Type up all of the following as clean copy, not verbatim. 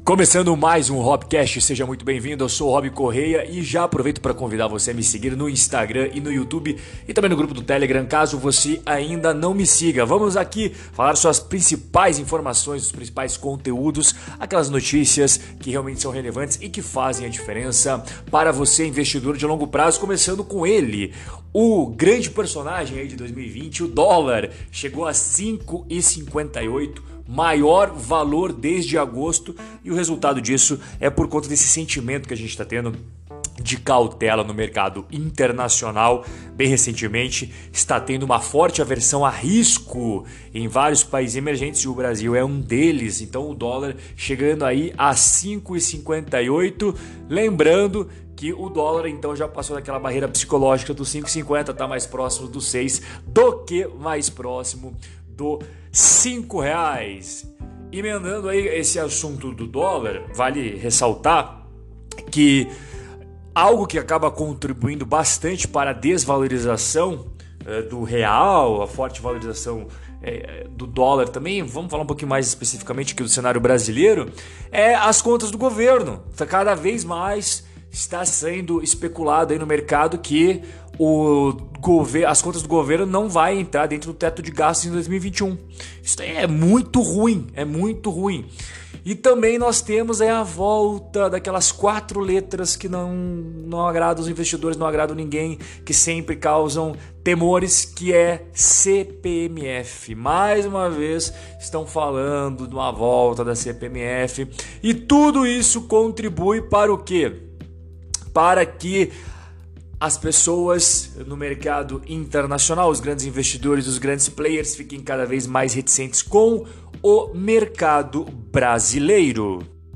Começando mais um Robcast, seja muito bem-vindo, eu sou o Rob Correia e já aproveito para convidar você a me seguir no Instagram e no YouTube e também no grupo do Telegram, caso você ainda não me siga. Vamos aqui falar sobre as principais informações, os principais conteúdos, aquelas notícias que realmente são relevantes e que fazem a diferença para você, investidor de longo prazo, começando com ele, o grande personagem aí de 2020, o dólar, chegou a 5,58, maior valor desde agosto, e o resultado disso é por conta desse sentimento que a gente está tendo de cautela no mercado internacional. Bem recentemente está tendo uma forte aversão a risco em vários países emergentes e o Brasil é um deles. Então o dólar chegando aí a 5,58, lembrando que o dólar então já passou daquela barreira psicológica do 5,50, está mais próximo do 6 do que mais próximo do R$5. Emendando aí esse assunto do dólar, vale ressaltar que algo que acaba contribuindo bastante para a desvalorização do real, a forte valorização do dólar também, vamos falar um pouquinho mais especificamente aqui do cenário brasileiro, é as contas do governo. Cada vez mais está sendo especulado aí no mercado que as contas do governo não vai entrar dentro do teto de gastos em 2021. Isso é muito ruim, é muito ruim. E também nós temos aí a volta daquelas 4 letras que não agradam os investidores, não agradam ninguém, que sempre causam temores, que é CPMF. Mais uma vez estão falando de uma volta da CPMF e tudo isso contribui para o quê? Para que as pessoas no mercado internacional, os grandes investidores, os grandes players fiquem cada vez mais reticentes com o mercado brasileiro.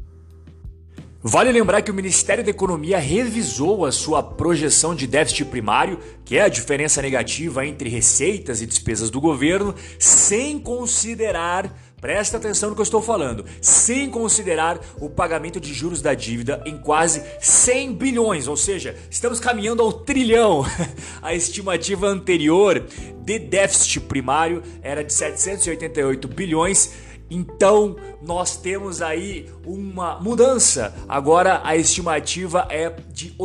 Vale lembrar que o Ministério da Economia revisou a sua projeção de déficit primário, que é a diferença negativa entre receitas e despesas do governo, sem considerar, presta atenção no que eu estou falando, sem considerar o pagamento de juros da dívida em quase 100 bilhões, ou seja, estamos caminhando ao trilhão. A estimativa anterior de déficit primário era de 788 bilhões, então nós temos aí uma mudança. Agora a estimativa é de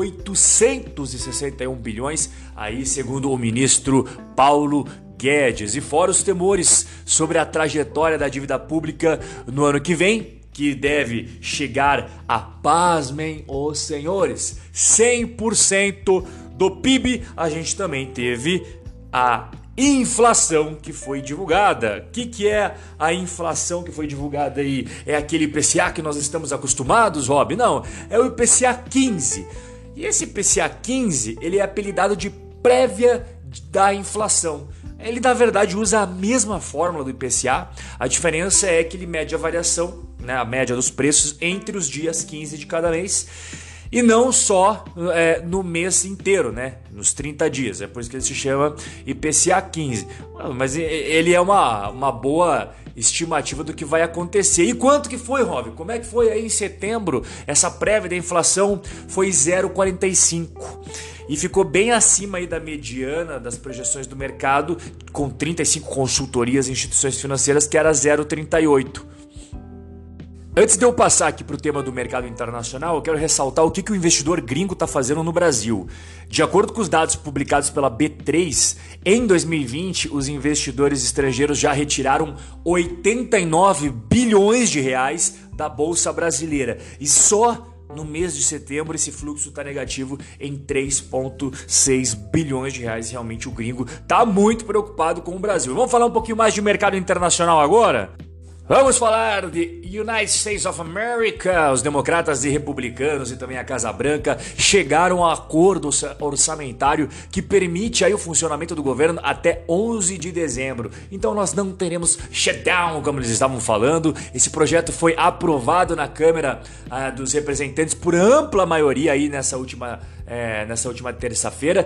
861 bilhões, aí segundo o ministro Paulo Guedes, e fora os temores sobre a trajetória da dívida pública no ano que vem, que deve chegar a, pasmem os senhores, 100% do PIB. A gente também teve a inflação que foi divulgada. O que é a inflação que foi divulgada aí? É aquele IPCA que nós estamos acostumados, Rob? Não, é o IPCA 15. E esse IPCA 15, ele é apelidado de prévia da inflação. Ele, na verdade, usa a mesma fórmula do IPCA, a diferença é que ele mede a variação, né, a média dos preços entre os dias 15 de cada mês, e não só no mês inteiro, né, nos 30 dias, é por isso que ele se chama IPCA 15. Mas ele é uma boa estimativa do que vai acontecer. E quanto que foi, Rob? Como é que foi aí em setembro? Essa prévia da inflação foi 0,45. E ficou bem acima aí da mediana das projeções do mercado, com 35 consultorias e instituições financeiras, que era 0,38. Antes de eu passar aqui para o tema do mercado internacional, eu quero ressaltar o que o investidor gringo está fazendo no Brasil. De acordo com os dados publicados pela B3, em 2020, os investidores estrangeiros já retiraram 89 bilhões de reais da Bolsa Brasileira. E só no mês de setembro esse fluxo está negativo em 3,6 bilhões de reais. Realmente o gringo está muito preocupado com o Brasil. Vamos falar um pouquinho mais de mercado internacional agora? Vamos falar de United States of America. Os democratas e republicanos e também a Casa Branca chegaram a um acordo orçamentário que permite aí o funcionamento do governo até 11 de dezembro. Então nós não teremos shutdown, como eles estavam falando. Esse projeto foi aprovado na Câmara dos Representantes por ampla maioria aí nessa última terça-feira,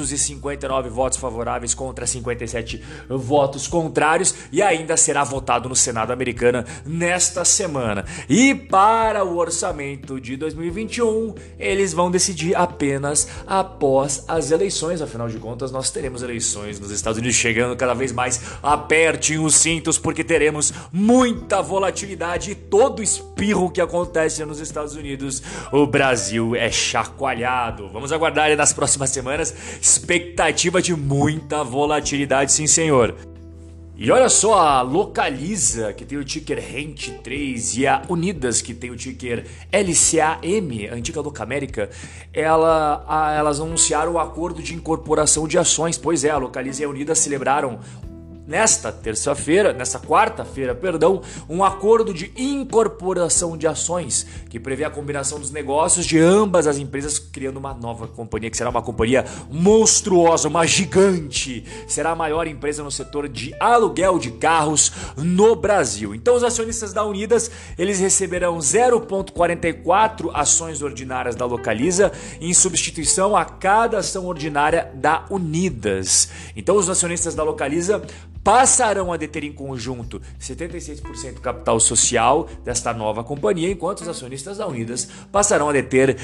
359 votos favoráveis contra 57 votos contrários, e ainda será votado no Senado americano nesta semana. E para o orçamento de 2021, eles vão decidir apenas após as eleições. Afinal de contas, nós teremos eleições nos Estados Unidos chegando cada vez mais. Apertem os cintos porque teremos muita volatilidade e todo espirro que acontece nos Estados Unidos, o Brasil é chacoalhado. Vamos aguardar nas próximas semanas, expectativa de muita volatilidade, sim senhor. E olha só, a Localiza, que tem o ticker RENT3, e a Unidas, que tem o ticker LCAM, a antiga Locamérica, elas anunciaram o acordo de incorporação de ações. Pois é, a Localiza e a Unidas celebraram nesta quarta-feira, um acordo de incorporação de ações que prevê a combinação dos negócios de ambas as empresas, criando uma nova companhia que será uma companhia monstruosa, uma gigante. Será a maior empresa no setor de aluguel de carros no Brasil. Então os acionistas da Unidas, eles receberão 0,44 ações ordinárias da Localiza em substituição a cada ação ordinária da Unidas. Então os acionistas da Localiza passarão a deter em conjunto 76% do capital social desta nova companhia, enquanto os acionistas da Unidas passarão a deter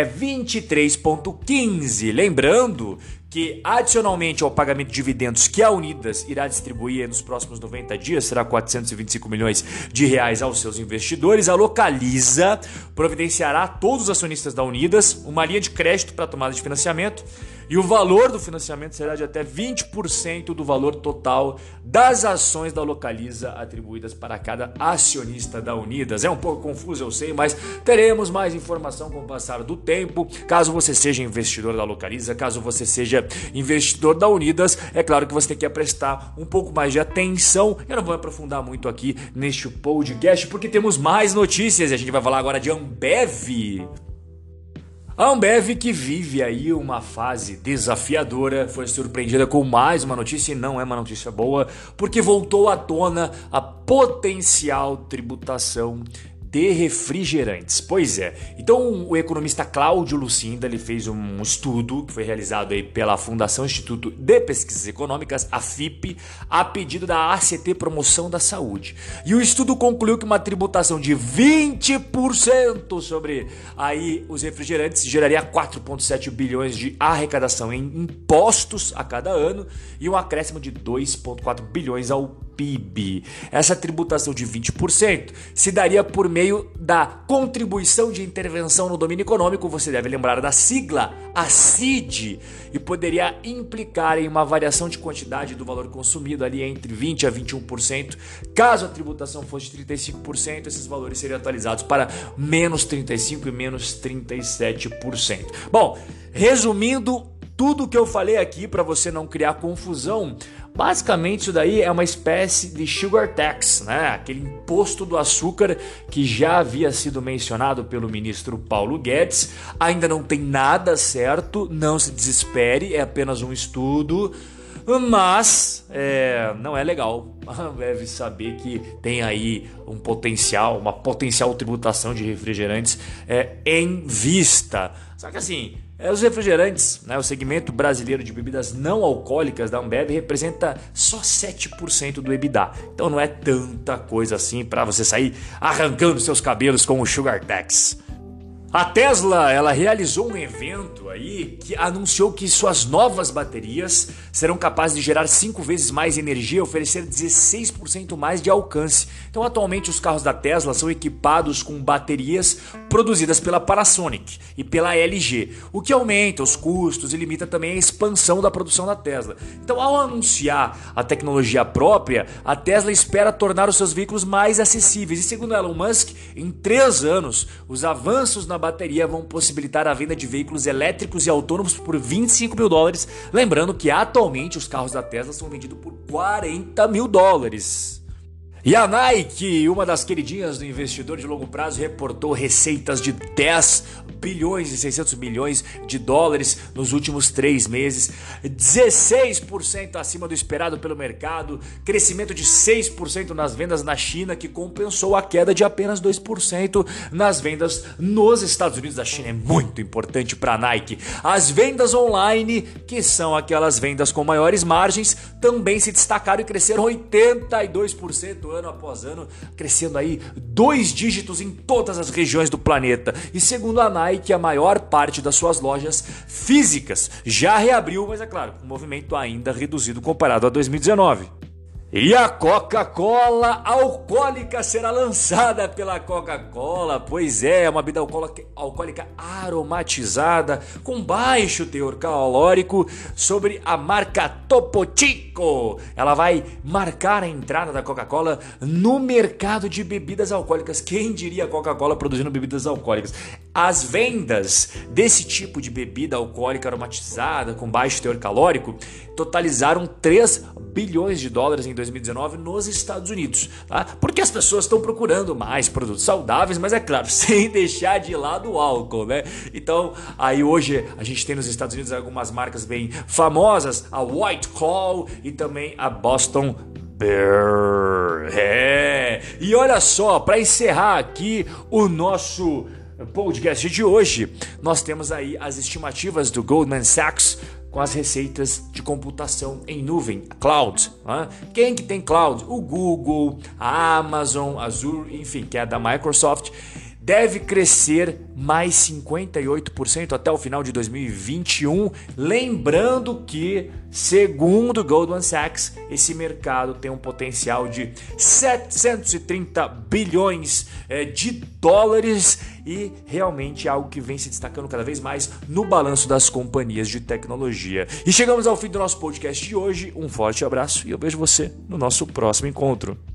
23,15%. Lembrando que, adicionalmente ao pagamento de dividendos que a Unidas irá distribuir nos próximos 90 dias, será 425 milhões de reais aos seus investidores, a Localiza providenciará a todos os acionistas da Unidas uma linha de crédito para tomada de financiamento, e o valor do financiamento será de até 20% do valor total das ações da Localiza atribuídas para cada acionista da Unidas. É um pouco confuso, eu sei, mas teremos mais informação com o passar do tempo. Caso você seja investidor da Localiza, caso você seja investidor da Unidas, é claro que você tem que prestar um pouco mais de atenção. Eu não vou aprofundar muito aqui neste podcast, porque temos mais notícias e a gente vai falar agora de Ambev. A Ambev, que vive aí uma fase desafiadora, foi surpreendida com mais uma notícia, e não é uma notícia boa, porque voltou à tona a potencial tributação de refrigerantes. Pois é, então o economista Cláudio Lucinda, ele fez um estudo que foi realizado aí pela Fundação Instituto de Pesquisas Econômicas, a FIP, a pedido da ACT Promoção da Saúde. E o estudo concluiu que uma tributação de 20% sobre aí os refrigerantes geraria 4,7 bilhões de arrecadação em impostos a cada ano e um acréscimo de 2,4 bilhões ao PIB. Essa tributação de 20% se daria por meio da contribuição de intervenção no domínio econômico, você deve lembrar da sigla, a CID, e poderia implicar em uma variação de quantidade do valor consumido ali entre 20% a 21%. Caso a tributação fosse de 35%, esses valores seriam atualizados para menos 35% e menos 37%. Bom, resumindo tudo o que eu falei aqui para você não criar confusão, basicamente isso daí é uma espécie de sugar tax, né? Aquele imposto do açúcar que já havia sido mencionado pelo ministro Paulo Guedes. Ainda não tem nada certo, não se desespere, é apenas um estudo, mas não é legal. Deve saber que tem aí uma potencial tributação de refrigerantes em vista. Só que assim, os refrigerantes, né, o segmento brasileiro de bebidas não alcoólicas da Ambev representa só 7% do EBITDA. Então não é tanta coisa assim para você sair arrancando seus cabelos com o Sugar Tax. A Tesla, ela realizou um evento aí que anunciou que suas novas baterias serão capazes de gerar 5 vezes mais energia e oferecer 16% mais de alcance. Então, atualmente, os carros da Tesla são equipados com baterias produzidas pela Panasonic e pela LG, o que aumenta os custos e limita também a expansão da produção da Tesla. Então, ao anunciar a tecnologia própria, a Tesla espera tornar os seus veículos mais acessíveis. E segundo Elon Musk, em 3 anos, os avanços na bateria vão possibilitar a venda de veículos elétricos e autônomos por $25 mil. Lembrando que atualmente os carros da Tesla são vendidos por $40 mil. E a Nike, uma das queridinhas do investidor de longo prazo, reportou receitas de 10 bilhões e 600 milhões de dólares nos últimos 3 meses, 16% acima do esperado pelo mercado, crescimento de 6% nas vendas na China, que compensou a queda de apenas 2% nas vendas nos Estados Unidos. A China é muito importante para a Nike. As vendas online, que são aquelas vendas com maiores margens, também se destacaram e cresceram 82% ano após ano, crescendo aí 2 dígitos em todas as regiões do planeta. E segundo a Nike, a maior parte das suas lojas físicas já reabriu, mas é claro, com um movimento ainda reduzido comparado a 2019. E a Coca-Cola alcoólica será lançada pela Coca-Cola. Pois é uma bebida alcoólica aromatizada com baixo teor calórico sobre a marca Topo Chico. Ela vai marcar a entrada da Coca-Cola no mercado de bebidas alcoólicas. Quem diria a Coca-Cola produzindo bebidas alcoólicas? As vendas desse tipo de bebida alcoólica aromatizada com baixo teor calórico totalizaram 3 bilhões de dólares em 2019 nos Estados Unidos, tá? Porque as pessoas estão procurando mais produtos saudáveis, mas é claro, sem deixar de lado o álcool, né? Então, aí hoje a gente tem nos Estados Unidos algumas marcas bem famosas, a White Claw e também a Boston Beer. E olha só, para encerrar aqui o nosso podcast de hoje, nós temos aí as estimativas do Goldman Sachs com as receitas de computação em nuvem, a cloud. Né? Quem que tem cloud? O Google, a Amazon, a Azure, enfim, que é a da Microsoft, deve crescer mais 58% até o final de 2021. Lembrando que, segundo Goldman Sachs, esse mercado tem um potencial de 730 bilhões de dólares e realmente é algo que vem se destacando cada vez mais no balanço das companhias de tecnologia. E chegamos ao fim do nosso podcast de hoje. Um forte abraço e eu vejo você no nosso próximo encontro.